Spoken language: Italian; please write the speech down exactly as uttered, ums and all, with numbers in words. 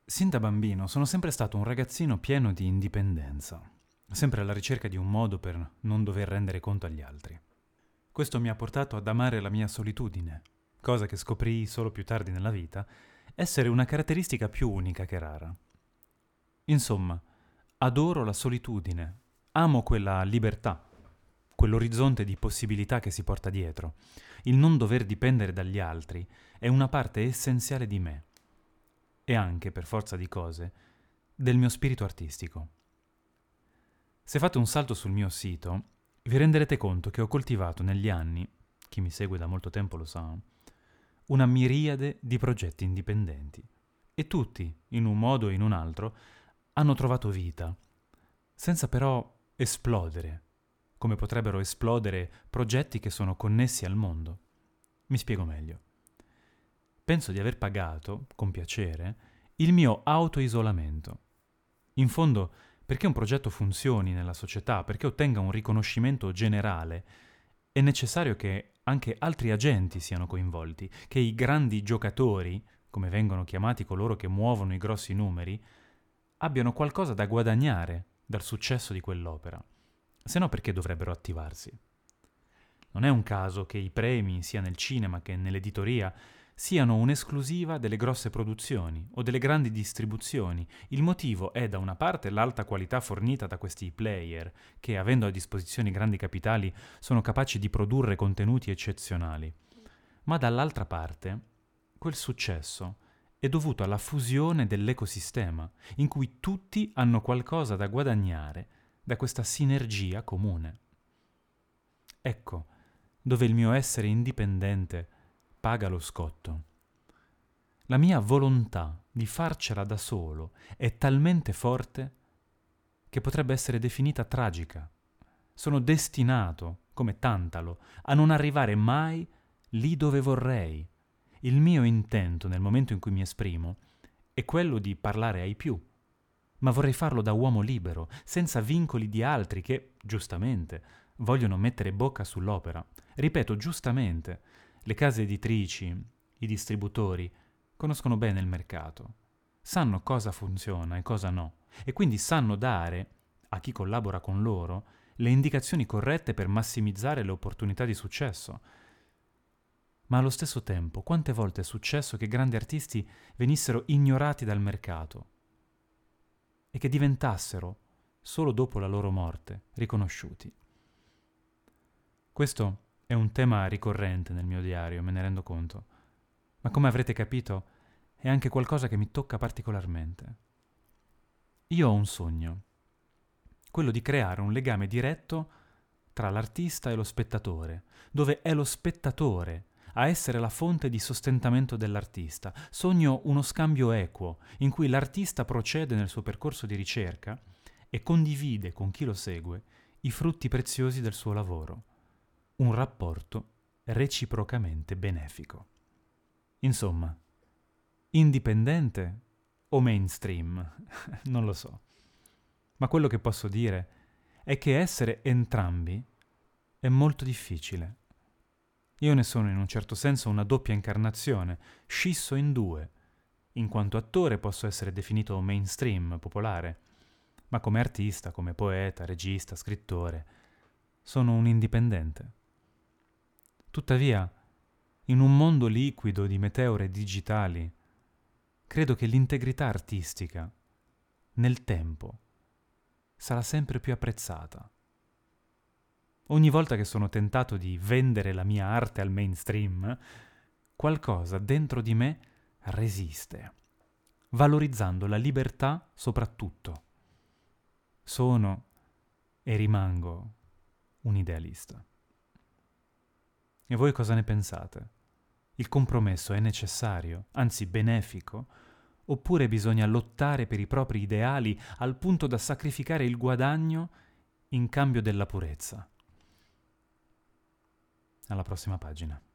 Sin da bambino sono sempre stato un ragazzino pieno di indipendenza, sempre alla ricerca di un modo per non dover rendere conto agli altri. Questo mi ha portato ad amare la mia solitudine, cosa che scoprì solo più tardi nella vita essere una caratteristica più unica che rara. Insomma, adoro la solitudine, amo quella libertà, quell'orizzonte di possibilità che si porta dietro. Il non dover dipendere dagli altri è una parte essenziale di me e anche, per forza di cose, del mio spirito artistico. Se fate un salto sul mio sito, vi renderete conto che ho coltivato negli anni, chi mi segue da molto tempo lo sa, una miriade di progetti indipendenti e tutti, in un modo o in un altro, hanno trovato vita, senza però esplodere, come potrebbero esplodere progetti che sono connessi al mondo. Mi spiego meglio. Penso di aver pagato, con piacere, il mio autoisolamento. In fondo, perché un progetto funzioni nella società, perché ottenga un riconoscimento generale, è necessario che anche altri agenti siano coinvolti, che i grandi giocatori, come vengono chiamati coloro che muovono i grossi numeri, abbiano qualcosa da guadagnare dal successo di quell'opera. Se no, perché dovrebbero attivarsi? Non è un caso che i premi, sia nel cinema che nell'editoria, siano un'esclusiva delle grosse produzioni o delle grandi distribuzioni. Il motivo è da una parte l'alta qualità fornita da questi player, che avendo a disposizione grandi capitali sono capaci di produrre contenuti eccezionali, ma dall'altra parte quel successo è dovuto alla fusione dell'ecosistema, in cui tutti hanno qualcosa da guadagnare da questa sinergia comune. Ecco dove il mio essere indipendente paga lo scotto. La mia volontà di farcela da solo è talmente forte che potrebbe essere definita tragica. Sono destinato, come Tantalo, a non arrivare mai lì dove vorrei. Il mio intento, nel momento in cui mi esprimo, è quello di parlare ai più, ma vorrei farlo da uomo libero, senza vincoli di altri che, giustamente, vogliono mettere bocca sull'opera. Ripeto, giustamente, le case editrici, i distributori, conoscono bene il mercato, sanno cosa funziona e cosa no, e quindi sanno dare, a chi collabora con loro, le indicazioni corrette per massimizzare le opportunità di successo. Ma allo stesso tempo, quante volte è successo che grandi artisti venissero ignorati dal mercato e che diventassero, solo dopo la loro morte, riconosciuti? Questo è un tema ricorrente nel mio diario, me ne rendo conto, ma come avrete capito è anche qualcosa che mi tocca particolarmente. Io ho un sogno, quello di creare un legame diretto tra l'artista e lo spettatore, dove è lo spettatore a essere la fonte di sostentamento dell'artista. Sogno uno scambio equo, in cui l'artista procede nel suo percorso di ricerca e condivide con chi lo segue i frutti preziosi del suo lavoro. Un rapporto reciprocamente benefico. Insomma, indipendente o mainstream? Non lo so. Ma quello che posso dire è che essere entrambi è molto difficile. Io ne sono in un certo senso una doppia incarnazione, scisso in due. In quanto attore posso essere definito mainstream, popolare, ma come artista, come poeta, regista, scrittore, sono un indipendente. Tuttavia, in un mondo liquido di meteore digitali, credo che l'integrità artistica, nel tempo, sarà sempre più apprezzata. Ogni volta che sono tentato di vendere la mia arte al mainstream, qualcosa dentro di me resiste, valorizzando la libertà soprattutto. Sono e rimango un idealista. E voi cosa ne pensate? Il compromesso è necessario, anzi benefico, oppure bisogna lottare per i propri ideali al punto da sacrificare il guadagno in cambio della purezza? Alla prossima pagina.